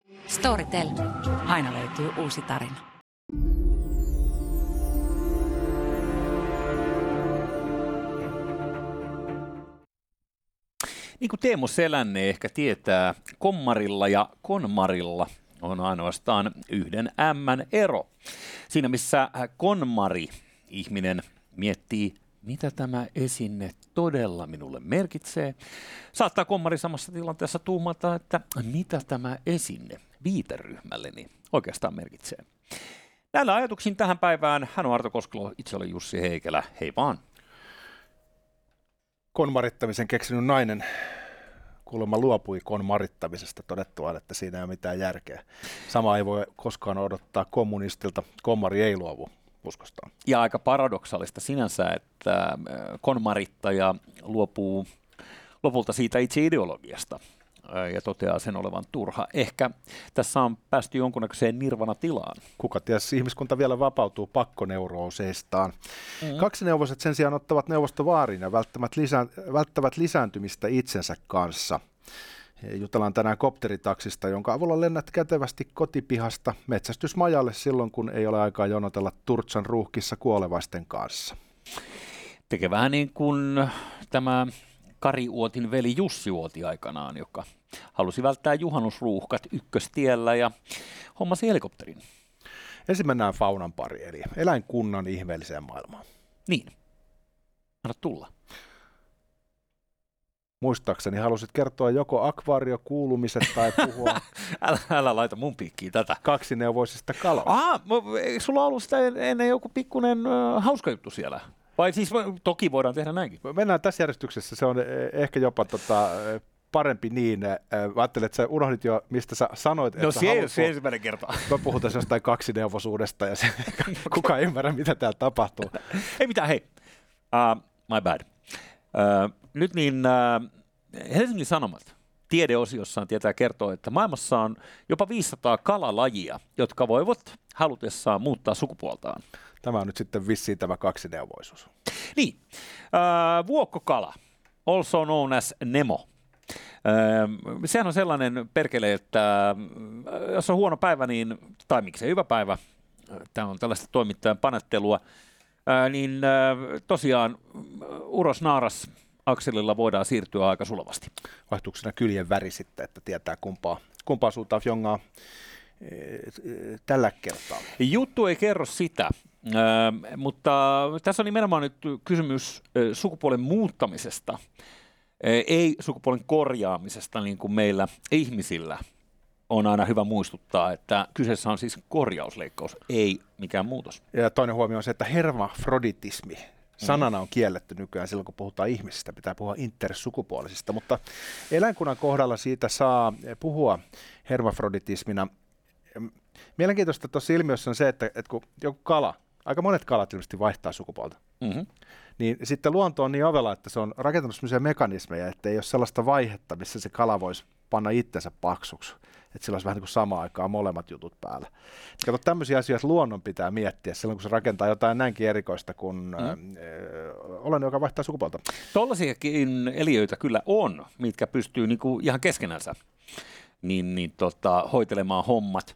Storytel. Aina löytyy uusi tarina. Niin kuin Teemu Selänne ehkä tietää, kommarilla ja konmarilla on ainoastaan yhden M:n ero. Siinä missä konmari ihminen miettii, mitä tämä esine todella minulle merkitsee, saattaa kommari samassa tilanteessa tuumata, että mitä tämä esine viiteryhmälleni oikeastaan merkitsee. Näillä ajatuksin tähän päivään hän on Arto Koskelo, itse olen Jussi Heikelä. Hei vaan. Konmarittamisen keksinyt nainen kuulemma luopui konmarittamisesta todettuaan, että siinä ei ole mitään järkeä. Sama ei voi koskaan odottaa kommunistilta. Konmari ei luovu uskostaan. Ja aika paradoksaalista sinänsä, että konmarittaja luopuu lopulta siitä itse ideologiasta ja toteaa sen olevan turha. Ehkä tässä on päästy jonkunnäköiseen nirvana-tilaan. Kuka ties, ihmiskunta vielä vapautuu pakkoneurooseistaan. Kaksineuvoiset sen sijaan ottavat neuvosto vaarin ja välttävät lisääntymistä itsensä kanssa. Jutellaan tänään kopteritaksista, jonka avulla lennät kätevästi kotipihasta metsästysmajalle silloin, kun ei ole aikaa jonotella Turtsan ruuhkissa kuolevaisten kanssa. Tekee vähän niin kuin tämä Kari Uotin veli Jussi Uoti aikanaan, joka halusi välttää juhannusruuhkat ykköstiellä ja hommasi helikopterin. Ensin mennään faunan pari, eli eläinkunnan ihmeelliseen maailmaan. Niin. Anna tulla. Muistaakseni halusit kertoa joko akvaariokuulumiset tai puhua älä laita mun piikkiin tätä. Kaksineuvoisista kaloista. Eikö sulla ollut sitä ennen joku pikkuinen hauska juttu siellä? Vai siis toki voidaan tehdä näinkin? Mennään tässä järjestyksessä, se on ehkä jopa parempi niin. Mä ajattelin, että sä unohdit jo, mistä sä sanoit. No se ensimmäinen kerta. Mä puhutaan jostain kaksineuvoisuudesta ja kukaan ei ymmärrä, mitä täällä tapahtuu. Ei mitään, hei. My bad. Nyt niin Helsingin Sanomat tiedeosiossaan tietää kertoa, että maailmassa on jopa 500 kalalajia, jotka voivat halutessaan muuttaa sukupuoltaan. Tämä on nyt sitten vissiin tämä kaksineuvoisuus. Niin. Vuokkokala, also known as Nemo. Sehän on sellainen perkele, että jos on huono päivä, niin, tai miksei hyvä päivä, tämä on tällaista toimittajan panettelua, niin tosiaan uros naaras akselilla voidaan siirtyä aika sulavasti. Vaihtuuko siinä kyljen väri sitten, että tietää kumpaa suuntaan jongaa tällä kertaa? Juttu ei kerro sitä, mutta tässä on nimenomaan nyt kysymys sukupuolen muuttamisesta, ei sukupuolen korjaamisesta niin kuin meillä ihmisillä on aina hyvä muistuttaa, että kyseessä on siis korjausleikkaus, ei mikään muutos. Ja toinen huomio on se, että hermafroditismi sanana on kielletty nykyään silloin, kun puhutaan ihmisistä, pitää puhua intersukupuolisista, mutta eläinkunnan kohdalla siitä saa puhua hermafroditismina. Mielenkiintoista tuossa ilmiössä on se, että kun joku kala, aika monet kalat ilmeisesti vaihtaa sukupuolta, niin sitten luonto on niin ovela, että se on rakentanut sellaisia mekanismeja, että ei ole sellaista vaihetta, missä se kala voisi panna itsensä paksuksi. Että sillä olisi vähän niin kuin samaan aikaan molemmat jutut päällä. Kato, tämmöisiä asioita luonnon pitää miettiä silloin, kun se rakentaa jotain näinkin erikoista kuin olento, joka vaihtaa sukupuolta. Tollaisiakin eliöitä kyllä on, mitkä pystyy niinku ihan keskenänsä hoitelemaan hommat.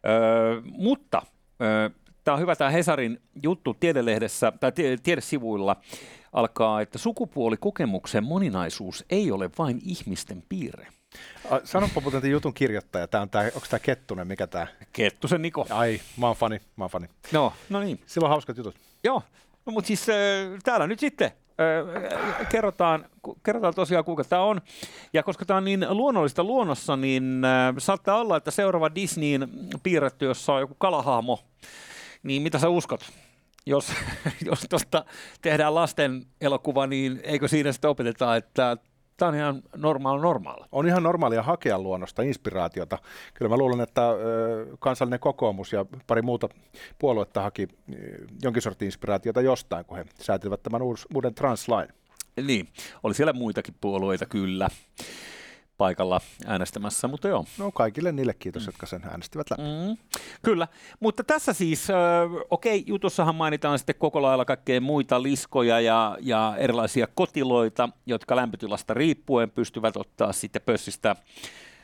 Mutta tämä on hyvä, tämä Hesarin juttu Tiedelehdessä tai tiedesivuilla alkaa, että sukupuolikokemuksen moninaisuus ei ole vain ihmisten piirre. Sanonpa muuten jutun kirjoittaja. Onko tämä Kettunen? Mikä tämä? Kettusen Niko. Ai, mä oon fani. No niin. Sillä on hauskat jutut. Joo, no, mutta siis täällä nyt sitten kerrotaan tosiaan kuinka tämä on. Ja koska tämä on niin luonnollista luonnossa, niin saattaa olla, että seuraava Disneyin piirretty, jossa on joku kalahahmo, niin mitä sä uskot? Jos tuosta tehdään lasten elokuva, niin eikö siinä sitten opeteta, että tämä on ihan normaali. On ihan normaalia hakea luonnosta inspiraatiota. Kyllä mä luulen, että Kansallinen kokoomus ja pari muuta puoluetta haki jonkin sortin inspiraatiota jostain, kun he säätivät tämän uuden translain. Niin, oli siellä muitakin puolueita kyllä paikalla äänestämässä, mutta joo. No kaikille niille kiitos, jotka sen äänestivät läpi. Kyllä, mutta tässä siis, jutussahan mainitaan sitten koko lailla kaikkea muita liskoja ja erilaisia kotiloita, jotka lämpötilasta riippuen pystyvät ottaa sitten pössistä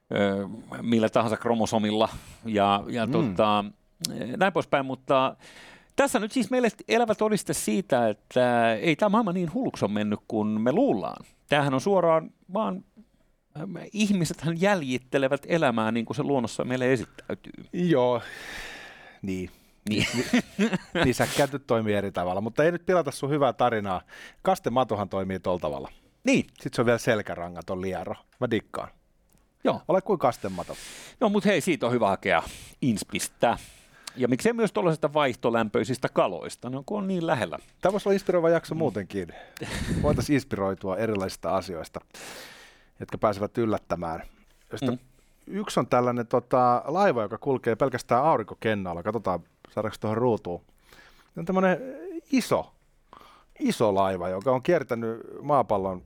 millä tahansa kromosomilla ja näin poispäin, mutta tässä nyt siis meille elävä todiste siitä, että ei tämä maailma niin hulluksi on mennyt kuin me luullaan. Tämähän on suoraan vaan ihmisethän jäljittelevät elämää niin kuin se luonnossa meille esittäytyy. Joo, niin. Nisäkkäät nyt toimii eri tavalla, mutta ei nyt pilata sun hyvää tarinaa. Kastematohan toimii tuolla tavalla. Niin. Sitten se on vielä selkärangaton liero. Mä dikkaan. Joo. Ole kuin kastemato. No mutta hei, siitä on hyvä hakea inspistä. Ja miksei myös tuollaisista vaihtolämpöisistä kaloista, no kun on niin lähellä. Tämä voisi olla inspiroiva jakso muutenkin. Voitaisiin inspiroitua erilaisista asioista, jotka pääsevät yllättämään. Yksi on tällainen laiva, joka kulkee pelkästään aurinkokennalla. Katsotaan, saadaanko tuohon ruutuun. Se on tämmöinen iso laiva, joka on kiertänyt maapallon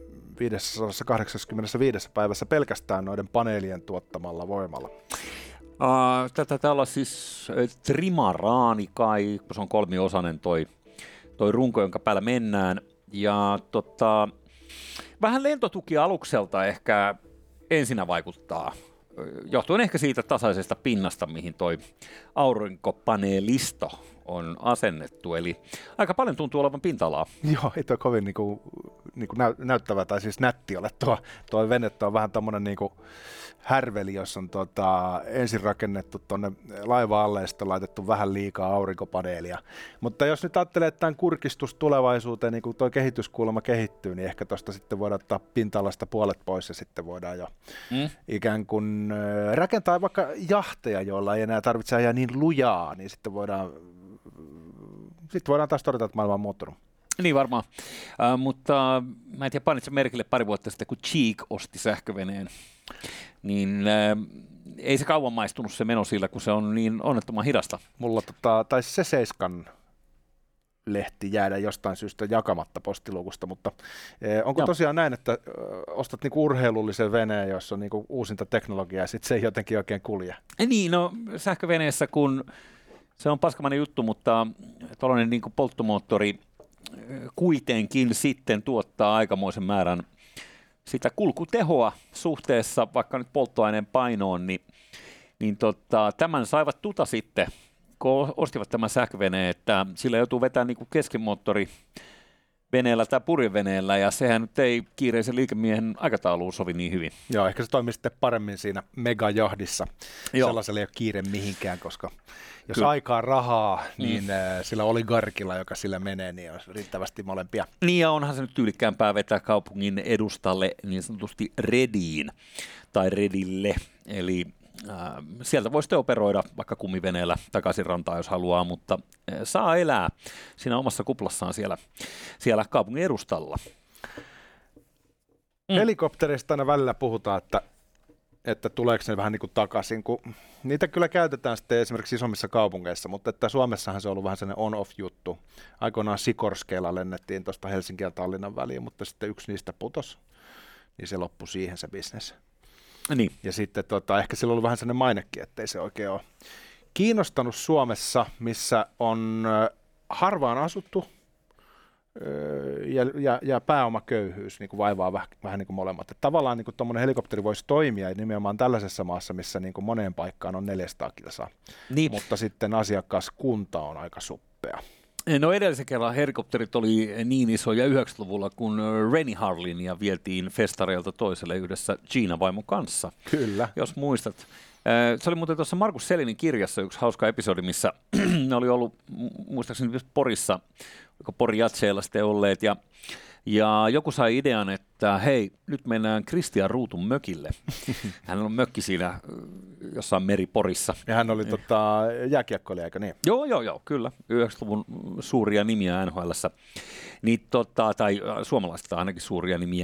585 päivässä pelkästään noiden paneelien tuottamalla voimalla. Tätä olla siis trimaraani kai, kun se on kolmiosainen toi runko, jonka päällä mennään. Ja vähän lentotukialukselta ehkä ensinnä vaikuttaa, johtuen ehkä siitä tasaisesta pinnasta, mihin toi aurinkopaneelisto on asennettu. Eli aika paljon tuntuu olevan pinta-alaa. Joo, ei toi kovin näyttävä tai siis nätti ole tuo vene. Tuo on vähän tommonen härveli, jossa on ensin rakennettu tuonne laiva-alle ja sitten laitettu vähän liikaa aurinkopaneelia. Mutta jos nyt ajattelee, että tämän kurkistus tulevaisuuteen, niin kun tuo kehityskulma kehittyy, niin ehkä tuosta sitten voidaan ottaa pinta-alasta puolet pois ja sitten voidaan jo ikään kuin rakentaa vaikka jahteja, joilla ei enää tarvitse ajaa niin lujaa, niin sitten voidaan taas todeta, että maailma on muuttunut. Niin varmaan, mutta mä en tiedä, panitko merkille pari vuotta sitten, kun Cheek osti sähköveneen, niin ei se kauan maistunut se meno sillä, kun se on niin onnettoman hidasta. Mulla taisi se Seiskan lehti jäädä jostain syystä jakamatta postilukusta, mutta onko tosiaan näin, että ostat niinku urheilullisen veneen, jossa on niinku uusinta teknologiaa ja sitten se ei jotenkin oikein kulje? Niin, no sähköveneessä, kun se on paskamainen juttu, mutta tuollainen niinku polttomoottori kuitenkin sitten tuottaa aikamoisen määrän sitä kulkutehoa suhteessa vaikka nyt polttoaineen painoon, niin tämän saivat sitten, kun ostivat tämän sähköveneen, että sillä joutuu vetämään niin kuin keskimoottori veneellä tai purjeveneellä, ja sehän nyt ei kiireisen liikemiehen aikatauluun sovi niin hyvin. Joo, ehkä se toimii sitten paremmin siinä megajahdissa. Joo. Sellaisella ei ole kiire mihinkään, koska jos aikaa rahaa, niin sillä oligarkilla, joka sillä menee, niin on riittävästi molempia. Niin, ja onhan se nyt tyylikkäämpää vetää kaupungin edustalle niin sanotusti rediin tai redille, eli sieltä voi sitten operoida vaikka kumiveneellä takaisin rantaan, jos haluaa, mutta saa elää siinä omassa kuplassaan siellä kaupungin edustalla. Helikoptereista aina välillä puhutaan, että tuleeko ne vähän niin kuin takaisin, kun niitä kyllä käytetään sitten esimerkiksi isommissa kaupungeissa, mutta että Suomessahan se on ollut vähän sellainen on-off-juttu. Aikoinaan Sikorskeilla lennettiin tuosta Helsingin ja Tallinnan väliin, mutta sitten yksi niistä putosi, niin se loppui siihen se bisnes. Niin. Ja sitten ehkä sillä on ollut vähän sellainen mainekin, ettei se oikein ole kiinnostanut Suomessa, missä on harvaan asuttu ja pääomaköyhyys niin kuin vaivaa vähän niin kuin molemmat. Että tavallaan niin kuin tuommoinen helikopteri voisi toimia nimenomaan tällaisessa maassa, missä niin kuin moneen paikkaan on 400 kilsaa, mutta sitten asiakaskunta on aika suppea. No edellisen kerran helikopterit oli niin isoja 90-luvulla, kun Rennie Harlinia vietiin festareilta toiselle yhdessä Gina-vaimon kanssa. Kyllä. Jos muistat. Se oli muuten tuossa Markus Selinin kirjassa yksi hauska episodi, missä ne oli ollut muistaakseni Porissa, oliko Pori Jatseilla sitten olleet, ja joku sai idean, että hei, nyt mennään Kristian Ruutun mökille. Hän on mökki siinä jossain Meriporissa. Ja hän oli jääkiekkoilija, eikö niin? Joo, kyllä. 90-luvun suuria nimiä NHL:ssä. Niin, tai suomalaisista ainakin suuria nimiä.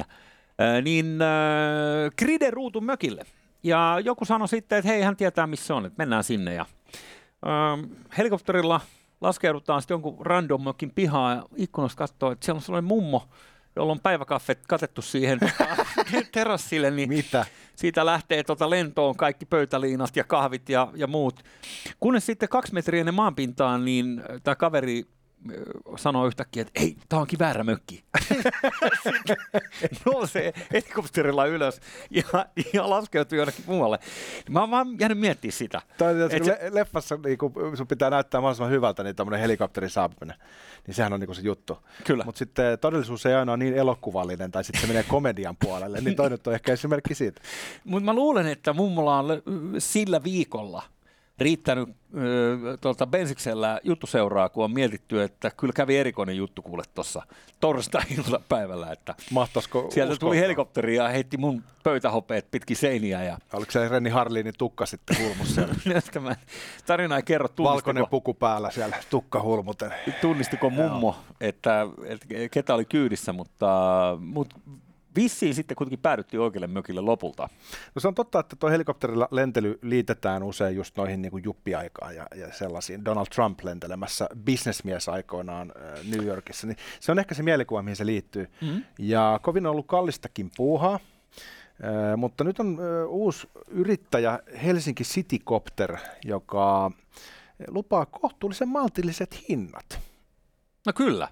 Kride Ruutun mökille. Ja joku sanoi sitten, että hei, hän tietää missä on, että mennään sinne. Ja helikopterilla laskeudutaan sitten jonkun random mökin pihaan ja ikkunasta katsoo, että siellä on sellainen mummo, jolla on päiväkaffet katettu siihen terassille, niin mitä? Siitä lähtee lentoon kaikki pöytäliinat ja kahvit ja muut. Kunnes sitten 2 metriä ennen maanpintaan, niin tämä kaveri sanoo yhtäkkiä, että ei, tämä onkin väärä mökki. Sitten nousee helikopterilla ylös ja laskeutuu jonnekin muualle. Mä oon vaan jäänyt miettimään sitä. Leffassa niin sun pitää näyttää mahdollisimman hyvältä niin tämmöinen helikopterin saapuminen. Niin sehän on niin se juttu. Kyllä. Mutta sitten todellisuus ei aina ole niin elokuvallinen tai sitten se menee komedian puolelle. Niin toi nyt on ehkä esimerkki siitä. Mutta mä luulen, että mummola on sillä viikolla riittänyt Bensiksellä juttuseuraa, kun on mietitty, että kyllä kävi erikoinen juttu kuule tuossa torstai-iltapäivällä, että mahtaisiko sieltä tuli helikopteri ja heitti mun pöytähopeet pitkin seiniä. Ja oliko se Renni Harlinin tukka sitten hulmussa? Tarina ei kerro, valkoinen puku päällä siellä tukka hulmuten. Tunnistiko mummo, että ketä oli kyydissä, mutta vissiin sitten kuitenkin päädyttiin oikealle mökille lopulta. No se on totta, että tuo helikopterilla lentely liitetään usein just noihin niin kuin juppiaikaan ja sellaisiin. Donald Trump lentelemässä businessmies aikoinaan New Yorkissa. Niin se on ehkä se mielikuva, mihin se liittyy. Mm-hmm. Ja kovin on ollut kallistakin puuhaa. Mutta nyt on uusi yrittäjä Helsinki Citycopter, joka lupaa kohtuullisen maltilliset hinnat. No kyllä.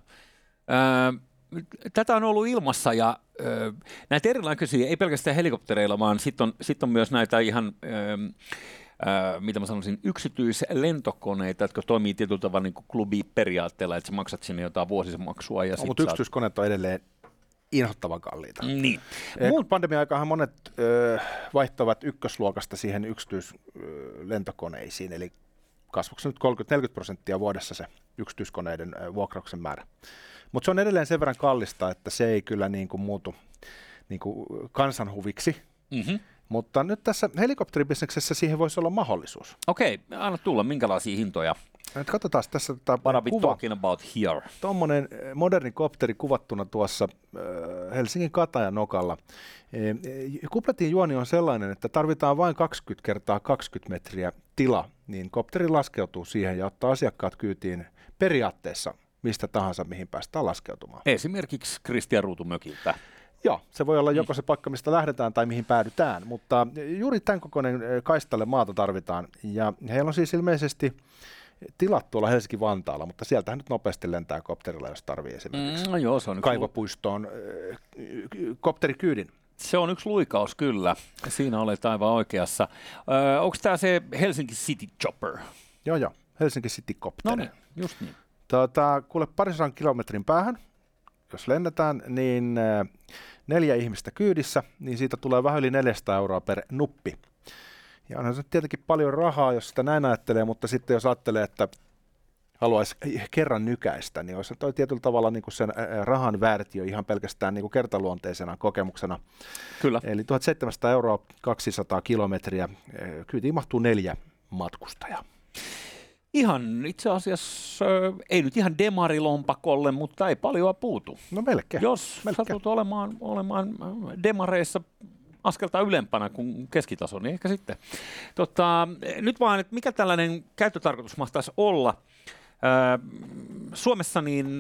Tätä on ollut ilmassa ja näitä erilaisia, ei pelkästään helikoptereilla, vaan sitten on myös näitä ihan, mitä mä sanoisin, yksityislentokoneita, jotka toimii tietyllä tavalla niin kuin klubiperiaatteella, että sä maksat sinne jotain vuosimaksua. Mutta yksityiskoneet on edelleen inhottavan kalliita. Niin. Pandemia-aikahan monet vaihtavat ykkösluokasta siihen yksityislentokoneisiin, eli kasvuksi nyt 30-40% vuodessa se yksityiskoneiden vuokrauksen määrä. Mutta se on edelleen sen verran kallista, että se ei kyllä niin kuin muutu niin kuin kansanhuviksi. Mm-hmm. Mutta nyt tässä helikopteribisneksessä siihen voisi olla mahdollisuus. Okei, anna tulla, minkälaisia hintoja? Nyt katsotaan tässä kuva. About here. Tuommoinen moderni kopteri kuvattuna tuossa Helsingin Katajan nokalla. Kupletin juoni on sellainen, että tarvitaan vain 20 × 20 metriä tila, niin kopteri laskeutuu siihen ja ottaa asiakkaat kyytiin periaatteessa mistä tahansa, mihin päästään laskeutumaan. Esimerkiksi Kristian Ruutumökiltä. Joo, se voi olla joko se paikka, mistä lähdetään tai mihin päädytään, mutta juuri tämän kokoinen kaistalle maata tarvitaan. Ja heillä on siis ilmeisesti tilat tuolla Helsinki-Vantaalla, mutta sieltähän nyt nopeasti lentää kopterilla, jos tarvii esimerkiksi no joo, se on Kaivopuistoon kopterikyydin. Se on yksi luikaus, kyllä. Siinä olet aivan oikeassa. Onko tämä se Helsinki City Chopper? Joo, Helsinki City Copter. No niin, just niin. Kuule 200 kilometrin päähän, jos lennetään, niin 4 ihmistä kyydissä, niin siitä tulee vähän yli 400 € per nuppi. Ja onhan se tietenkin paljon rahaa, jos sitä näin ajattelee, mutta sitten jos ajattelee, että haluaisi kerran nykäistä, niin olisi toi tietyllä tavalla niin kuin sen rahan väärtiö ihan pelkästään niin kuin kertaluonteisena kokemuksena. Kyllä. Eli 1700 €, 200 kilometriä, kyytiin mahtuu 4 matkustajaa. Ihan itse asiassa, ei nyt ihan demarilompakolle, mutta ei paljoa puutu. No melkein. Jos satut olemaan demareissa askelta ylempänä kuin keskitaso, niin ehkä sitten. Nyt vaan, että mikä tällainen käyttötarkoitus mahtaisi olla? Suomessa niin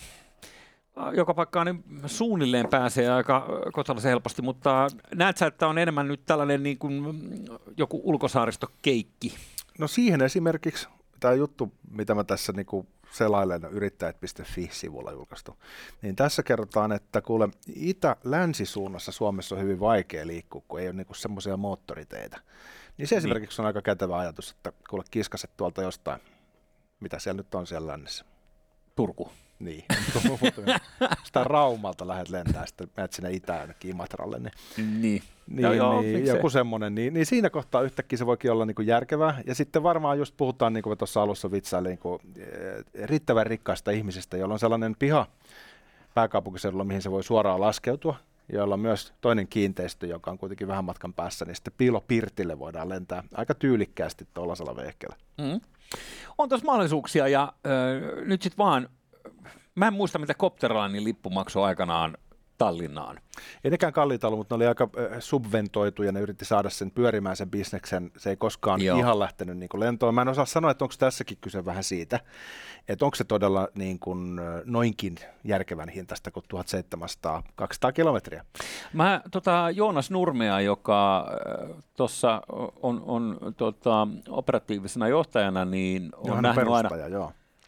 joka paikkaan niin suunnilleen pääsee aika kohtalaisen helposti, mutta näet sä, että on enemmän nyt tällainen niin kuin joku ulkosaaristokeikki? No siihen esimerkiksi tämä juttu, mitä mä tässä niinku selailen yrittäjät.fi-sivulla julkaistu, niin tässä kerrotaan, että kuule itä-länsisuunnassa Suomessa on hyvin vaikea liikkua, kun ei ole niinku semmoisia moottoriteitä. Niin se esimerkiksi on aika kätevä ajatus, että kuule kiskaset tuolta jostain, mitä siellä nyt on siellä lännessä. Turku. Niin, sitä Raumalta lähdet lentää, sitten menet sinne itään jonnekin Imatralle. Niin. Joku semmoinen, niin siinä kohtaa yhtäkkiä se voikin olla niin kuin järkevää. Ja sitten varmaan just puhutaan, niin kuin tuossa alussa vitsaili, niin kuin riittävän rikkaista ihmisistä, joilla on sellainen piha pääkaupunkiseudulla, mihin se voi suoraan laskeutua, joilla on myös toinen kiinteistö, joka on kuitenkin vähän matkan päässä, niin sitten piilopirtille voidaan lentää aika tyylikkäästi tuollaisella vehkeellä. On tuossa mahdollisuuksia ja nyt sitten vaan, mä en muista mitä Copterlinein lippu maksoi aikanaan Tallinnaan. Ei nekään kalliita ollut, mutta ne oli aika subventoituja, ne yritti saada sen pyörimään sen bisneksen, se ei koskaan ihan lähtenyt niin kuin lentoon. Mä en osaa sanoa, että onko tässäkin kyse vähän siitä, että onko se todella niin kuin noinkin järkevän hintaista kuin 1700-200 kilometriä. Mä Joonas Nurmea, joka tuossa on operatiivisena johtajana, niin on nähnyt aina.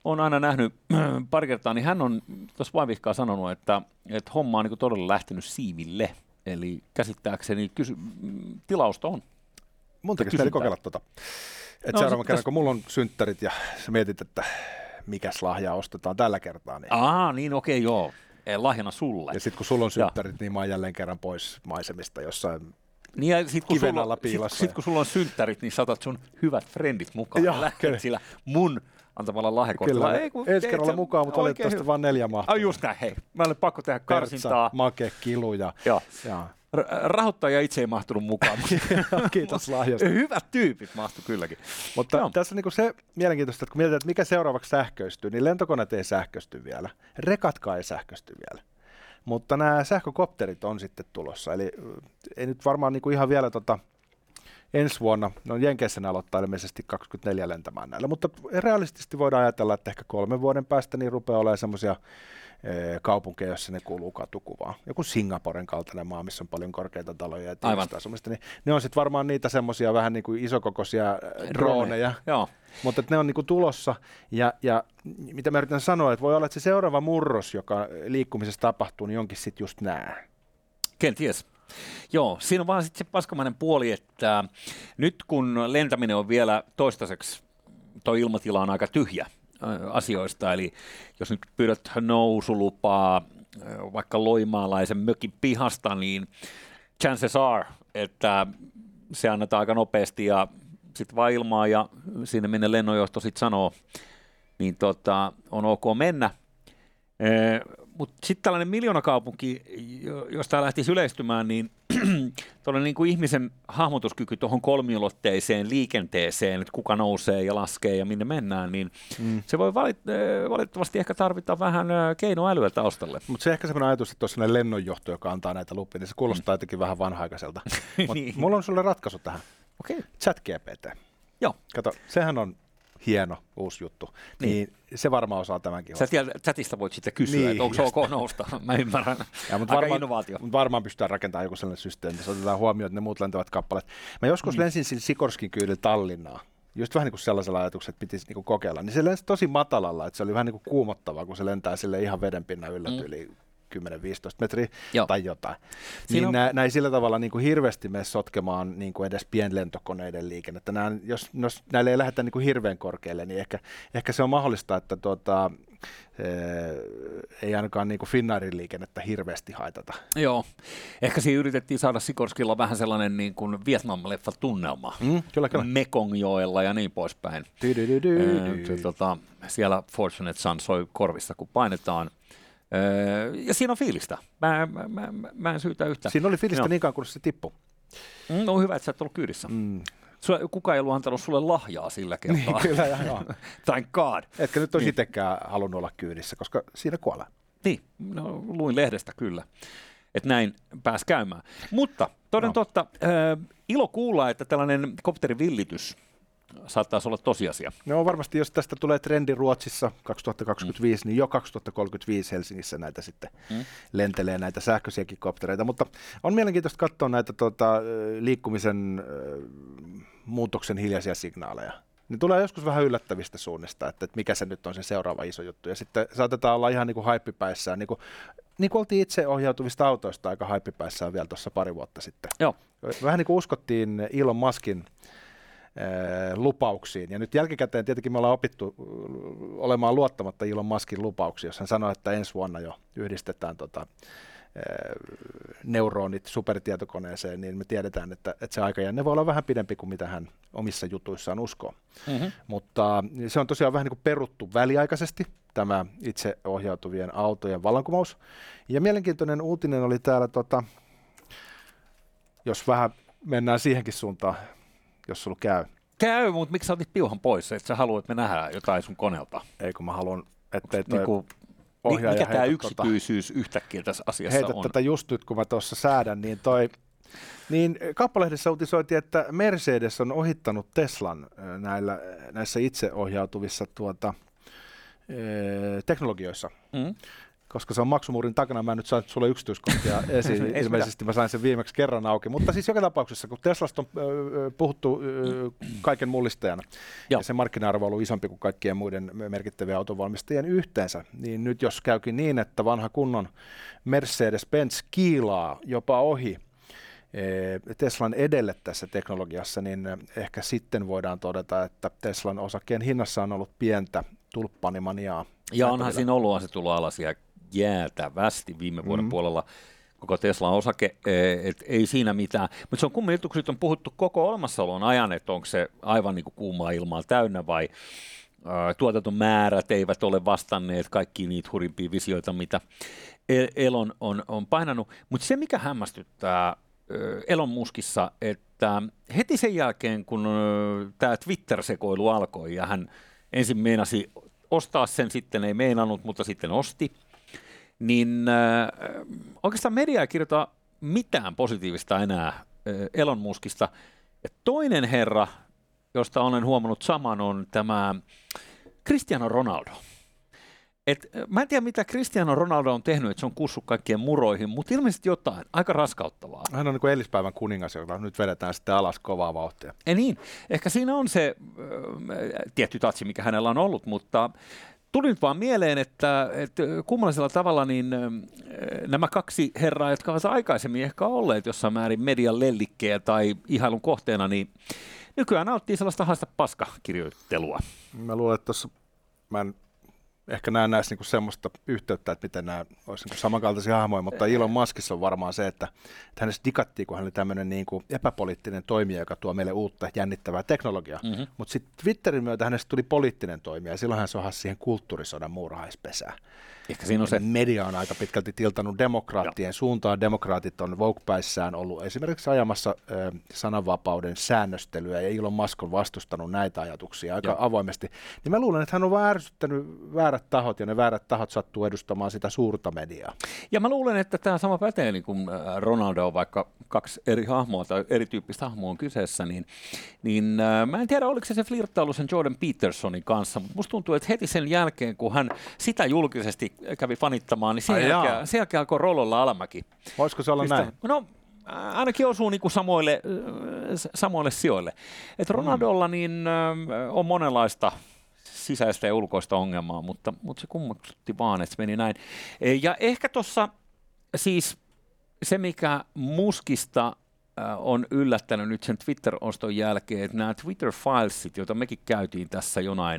on aina nähnyt pari kertaa, niin hän on tuossa vaivihkaa sanonut, että homma on niin kuin todella lähtenyt siiville. Eli käsittääkseni tilausta on. Mun tekisi mieli kokeilla tuota. No, seuraavan kerran, kun mulla on synttärit ja sä mietit, että mikäs lahjaa ostetaan tällä kertaa. Niin... Niin okei, joo. Lahjana sulle. Ja sitten kun sulla on synttärit, niin mä oon jälleen kerran pois maisemista jossain niin ja kiven alla piilossa. Sitten kun sulla on synttärit, niin saatat sun hyvät frendit mukaan. Ja lähdet sillä mun antamalla lahjakortilla. Kyllä, ensi kerralla mukaan, mutta valitettavasti vaan 4 mahtuu. Just näin, hei. Mä olen pakko tehdä karsintaa. Make, kilu ja... Rahoittaja itse ei mahtunut mukaan. Kiitos lahjasta. Hyvät tyypit mahtu kylläkin. Mutta tässä on niin se mielenkiintoista, että kun mietitään, että mikä seuraavaksi sähköistyy, niin lentokoneet ei sähköisty vielä. Rekatkaan ei sähköisty vielä. Mutta nämä sähkökopterit on sitten tulossa. Eli ei nyt varmaan niin kuin ihan vielä ensi vuonna, no Jenkeissä ne aloittaa ilmeisesti 24 lentämään näillä, mutta realistisesti voidaan ajatella, että ehkä 3 vuoden päästä niin rupeaa olemaan semmoisia kaupunkeja, joissa ne kuuluu katukuvaan. Joku Singaporen kaltainen maa, missä on paljon korkeita taloja ja tiivistasumista, niin ne on sitten varmaan niitä semmoisia vähän niin kuin isokokoisia droneja, mutta ne on niin kuin tulossa. Ja mitä mä yritän sanoa, että voi olla, että se seuraava murros, joka liikkumisessa tapahtuu, niin onkin sitten just nämä. Kenties. Joo, siinä on vaan sitten se paskamainen puoli, että nyt kun lentäminen on vielä toistaiseksi, toi ilmatila on aika tyhjä asioista, eli jos nyt pyydät nousulupaa vaikka loimaalaisen mökin pihasta, niin chances are, että se annetaan aika nopeasti ja sitten vaan ilmaa ja sinne minne lennonjohto sitten sanoo, niin on ok mennä. Mutta sitten tällainen miljoonakaupunki, jos tämä lähtisi yleistymään, niin tuollainen niin kuin ihmisen hahmotuskyky tuohon kolmiulotteiseen liikenteeseen, että kuka nousee ja laskee ja minne mennään, niin se voi valitettavasti ehkä tarvita vähän keinoälyä taustalle. Mutta se ehkä sellainen ajatus, että on sellainen lennonjohto, joka antaa näitä lupia, niin se kuulostaa jotenkin vähän vanha-aikaiselta. Niin. Mulla on sulle ratkaisu tähän. Okay. ChatGPT. Joo. Kato, sehän on hieno uusi juttu, niin se varmaan osaa tämänkin vastata. Sä chatista voit sitten kysyä, niin, että onko ok nousta, mä ymmärrän. Aika innovaatio. Varmaan pystytään rakentamaan joku sellainen systeemi, jossa otetaan huomioon, että ne muut lentävät kappaleet. Mä joskus lensin sillä Sikorskin kyydillä Tallinnaan, just vähän niin kuin sellaisella ajatuksella, että pitisi niin kuin kokeilla, niin se lensi tosi matalalla, että se oli vähän niin kuin kuumottavaa, kun se lentää sille ihan vedenpinnan yllä yli 10-15 metriä tai jotain. Niin nämä ei sillä tavalla niin kuin hirveästi mene sotkemaan niin kuin edes pienlentokoneiden liikennettä. Jos näille ei lähdetä niin kuin hirveän korkealle, niin ehkä se on mahdollista, että ei ainakaan niin kuin Finnairin liikennettä hirveästi haitata. Joo, ehkä siinä yritettiin saada Sikorskilla vähän sellainen niin kuin Vietnam-leffa-tunnelma. Kyllä. Mekongjoella ja niin poispäin. Siellä Fortunate Son soi korvissa, kun painetaan. Ja siinä on fiilistä. Mä en syytä yhtään. Siinä oli fiilistä niin kauan, kun se tippui. On hyvä, että sä et ollut kyydissä. Kuka ei ollut antanut sulle lahjaa sillä kertaa. Niin, kyllä, joo. Thank God. Etkä nyt olisi itsekään halunnut olla kyydissä, koska siinä kuolee. Niin, luin lehdestä kyllä, että näin pääsi käymään. Mutta toden totta, ilo kuulla, että tällainen kopterivillitys saattaisi olla tosiasia. No varmasti, jos tästä tulee trendi Ruotsissa 2025, niin jo 2035 Helsingissä näitä sitten lentelee näitä sähköisiäkin koptereita, mutta on mielenkiintoista katsoa näitä liikkumisen muutoksen hiljaisia signaaleja. Ne tulee joskus vähän yllättävistä suunnista, että mikä se nyt on se seuraava iso juttu, ja sitten saatetaan olla ihan niin kuin haippipäissään, niin kuin oltiin itse ohjautuvista autoista aika haippipäissään vielä tuossa pari vuotta sitten. Joo. Vähän niin kuin uskottiin Elon Muskin lupauksiin. Ja nyt jälkikäteen tietenkin me ollaan opittu olemaan luottamatta Elon Muskin lupauksiin, jos hän sanoi, että ensi vuonna jo yhdistetään neuronit supertietokoneeseen, niin me tiedetään, että se aikajänne voi olla vähän pidempi kuin mitä hän omissa jutuissaan uskoo. Mutta se on tosiaan vähän niin kuin peruttu väliaikaisesti, tämä itseohjautuvien autojen vallankumous. Ja mielenkiintoinen uutinen oli täällä, jos vähän mennään siihenkin suuntaan, jos sulla käy. Käy, mutta miksi sä otit piuhan pois, että sä haluat, että me nähdään jotain sun koneelta? Ei, kun mä haluan, ettei toi ohjaaja mikä tämä yksityisyys yhtäkkiä tässä asiassa heitä on? Tätä just nyt, kun mä tuossa säädän, niin Kauppalehdessä uutisoitiin, että Mercedes on ohittanut Teslan näissä itseohjautuvissa teknologioissa. koska se on maksumuurin takana, mä en nyt saanut sulle yksityiskohtia esiin, ilmeisesti mä sain sen viimeksi kerran auki, mutta siis joka tapauksessa, kun Teslasta on puhuttu kaiken mullistajana, ja se markkina-arvo on ollut isompi kuin kaikkien muiden merkittävien autovalmistajien yhteensä, niin nyt jos käykin niin, että vanha kunnon Mercedes-Benz kiilaa jopa ohi Teslan edelle tässä teknologiassa, niin ehkä sitten voidaan todeta, että Teslan osakkeen hinnassa on ollut pientä tulppanimaniaa. Ja onhan siinä ollut asetullut alas ja jäätävästi viime vuoden puolella koko Teslan osake, et ei siinä mitään. Mutta se on kummin juttu, kun nyt on puhuttu koko olemassaolon ajan, että onko se aivan niin kuin kuumaa ilmaa täynnä vai tuotantomäärät eivät ole vastanneet kaikkiin niitä hurjimpia visioita, mitä Elon on painanut. Mutta se, mikä hämmästyttää Elon Muskissa, että heti sen jälkeen, kun tämä Twitter-sekoilu alkoi ja hän ensin meinasi ostaa sen, sitten ei meinannut, mutta sitten osti, niin oikeastaan media ei kirjoita mitään positiivista enää Elon Muskista. Ja toinen herra, josta olen huomannut saman, on tämä Cristiano Ronaldo. Mä en tiedä, mitä Cristiano Ronaldo on tehnyt, että se on kussut kaikkien muroihin, mutta ilmeisesti jotain aika raskauttavaa. Hän on niin kuin eilispäivän kuningas, joka nyt vedetään sitten alas kovaa vauhtia. Niin, ehkä siinä on se tietty tatsi, mikä hänellä on ollut, mutta tuli nyt vaan mieleen, että kummallisella tavalla niin nämä kaksi herraa, jotka ovat aikaisemmin ehkä olleet jossain määrin median lellikkejä tai ihailun kohteena, niin nykyään nauttii sellaista haista paskakirjoittelua. Mä luulen, että tuossa mä en ehkä näen näissä niinku semmoista yhteyttä, että miten nämä olisi niinku samankaltaisia hahmoja, mutta Elon Muskissa on varmaan se, että hänestä digattiin, kun hän oli tämmöinen niinku epäpoliittinen toimija, joka tuo meille uutta jännittävää teknologiaa. Mutta sitten Twitterin myötä hänestä tuli poliittinen toimija, ja silloin hän sohasi siihen kulttuurisodan muurahaispesään. Ehkä siinä on se. Media on aika pitkälti tiltanut demokraattien suuntaan. Demokraatit on woke-päissään ollut esimerkiksi ajamassa sananvapauden säännöstelyä, ja Elon Musk on vastustanut näitä ajatuksia aika avoimesti. Niin mä luulen, että hän on vaan ärsyttänyt väärät tahot, ja ne väärät tahot sattuu edustamaan sitä suurta mediaa. Ja mä luulen, että tämä sama pätee, niin kuin Ronaldo on vaikka kaksi eri hahmoa tai erityyppistä hahmoa on kyseessä, niin mä en tiedä, oliko se flirttailu sen Jordan Petersonin kanssa, mutta musta tuntuu, että heti sen jälkeen, kun hän sitä julkisesti kävi fanittamaan, niin sen jälkeen alkoi rollolla alamäki. Voisiko se olla näin? No, ainakin osuu niin kuin samoille sijoille. Et Ronaldolla niin, on monenlaista sisäistä ja ulkoista ongelmaa, mutta se kummutti vaan, että se meni näin. Ja ehkä tuossa siis se, mikä Muskista on yllättänyt nyt sen Twitter-oston jälkeen, että nämä Twitter-filesit, joita mekin käytiin tässä jonain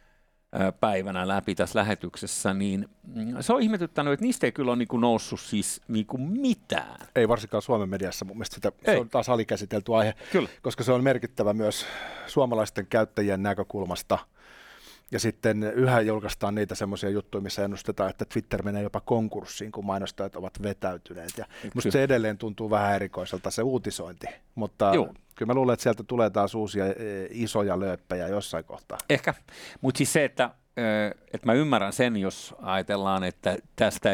päivänä läpi tässä lähetyksessä, niin se on ihmetyttänyt, että niistä ei kyllä ole niinku noussut siis niinku mitään. Ei varsinkaan Suomen mediassa, mun mielestä se on taas alikäsitelty aihe, kyllä, koska se on merkittävä myös suomalaisten käyttäjien näkökulmasta. Ja sitten yhä julkaistaan niitä semmoisia juttuja, missä ennustetaan, että Twitter menee jopa konkurssiin, kun mainostajat ovat vetäytyneet. Ja musta se edelleen tuntuu vähän erikoiselta se uutisointi, mutta kyllä mä luulen, että sieltä tulee taas uusia isoja lööppejä jossain kohtaa. Ehkä, mutta siis se, että mä ymmärrän sen, jos ajatellaan, että tästä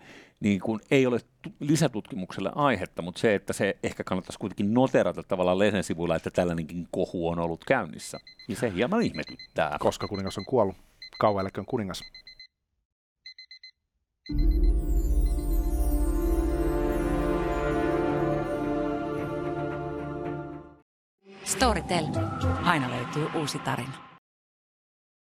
ei ole lisätutkimukselle aihetta, mutta se, että se ehkä kannattaisi kuitenkin noterata tavallaan lehden sivuilla, että tällainenkin kohu on ollut käynnissä, niin se hieman ihmetyttää. Koska kuningas on kuollut. Kauan eläköön kuningas. Storytel. Aina löytyy uusi tarina.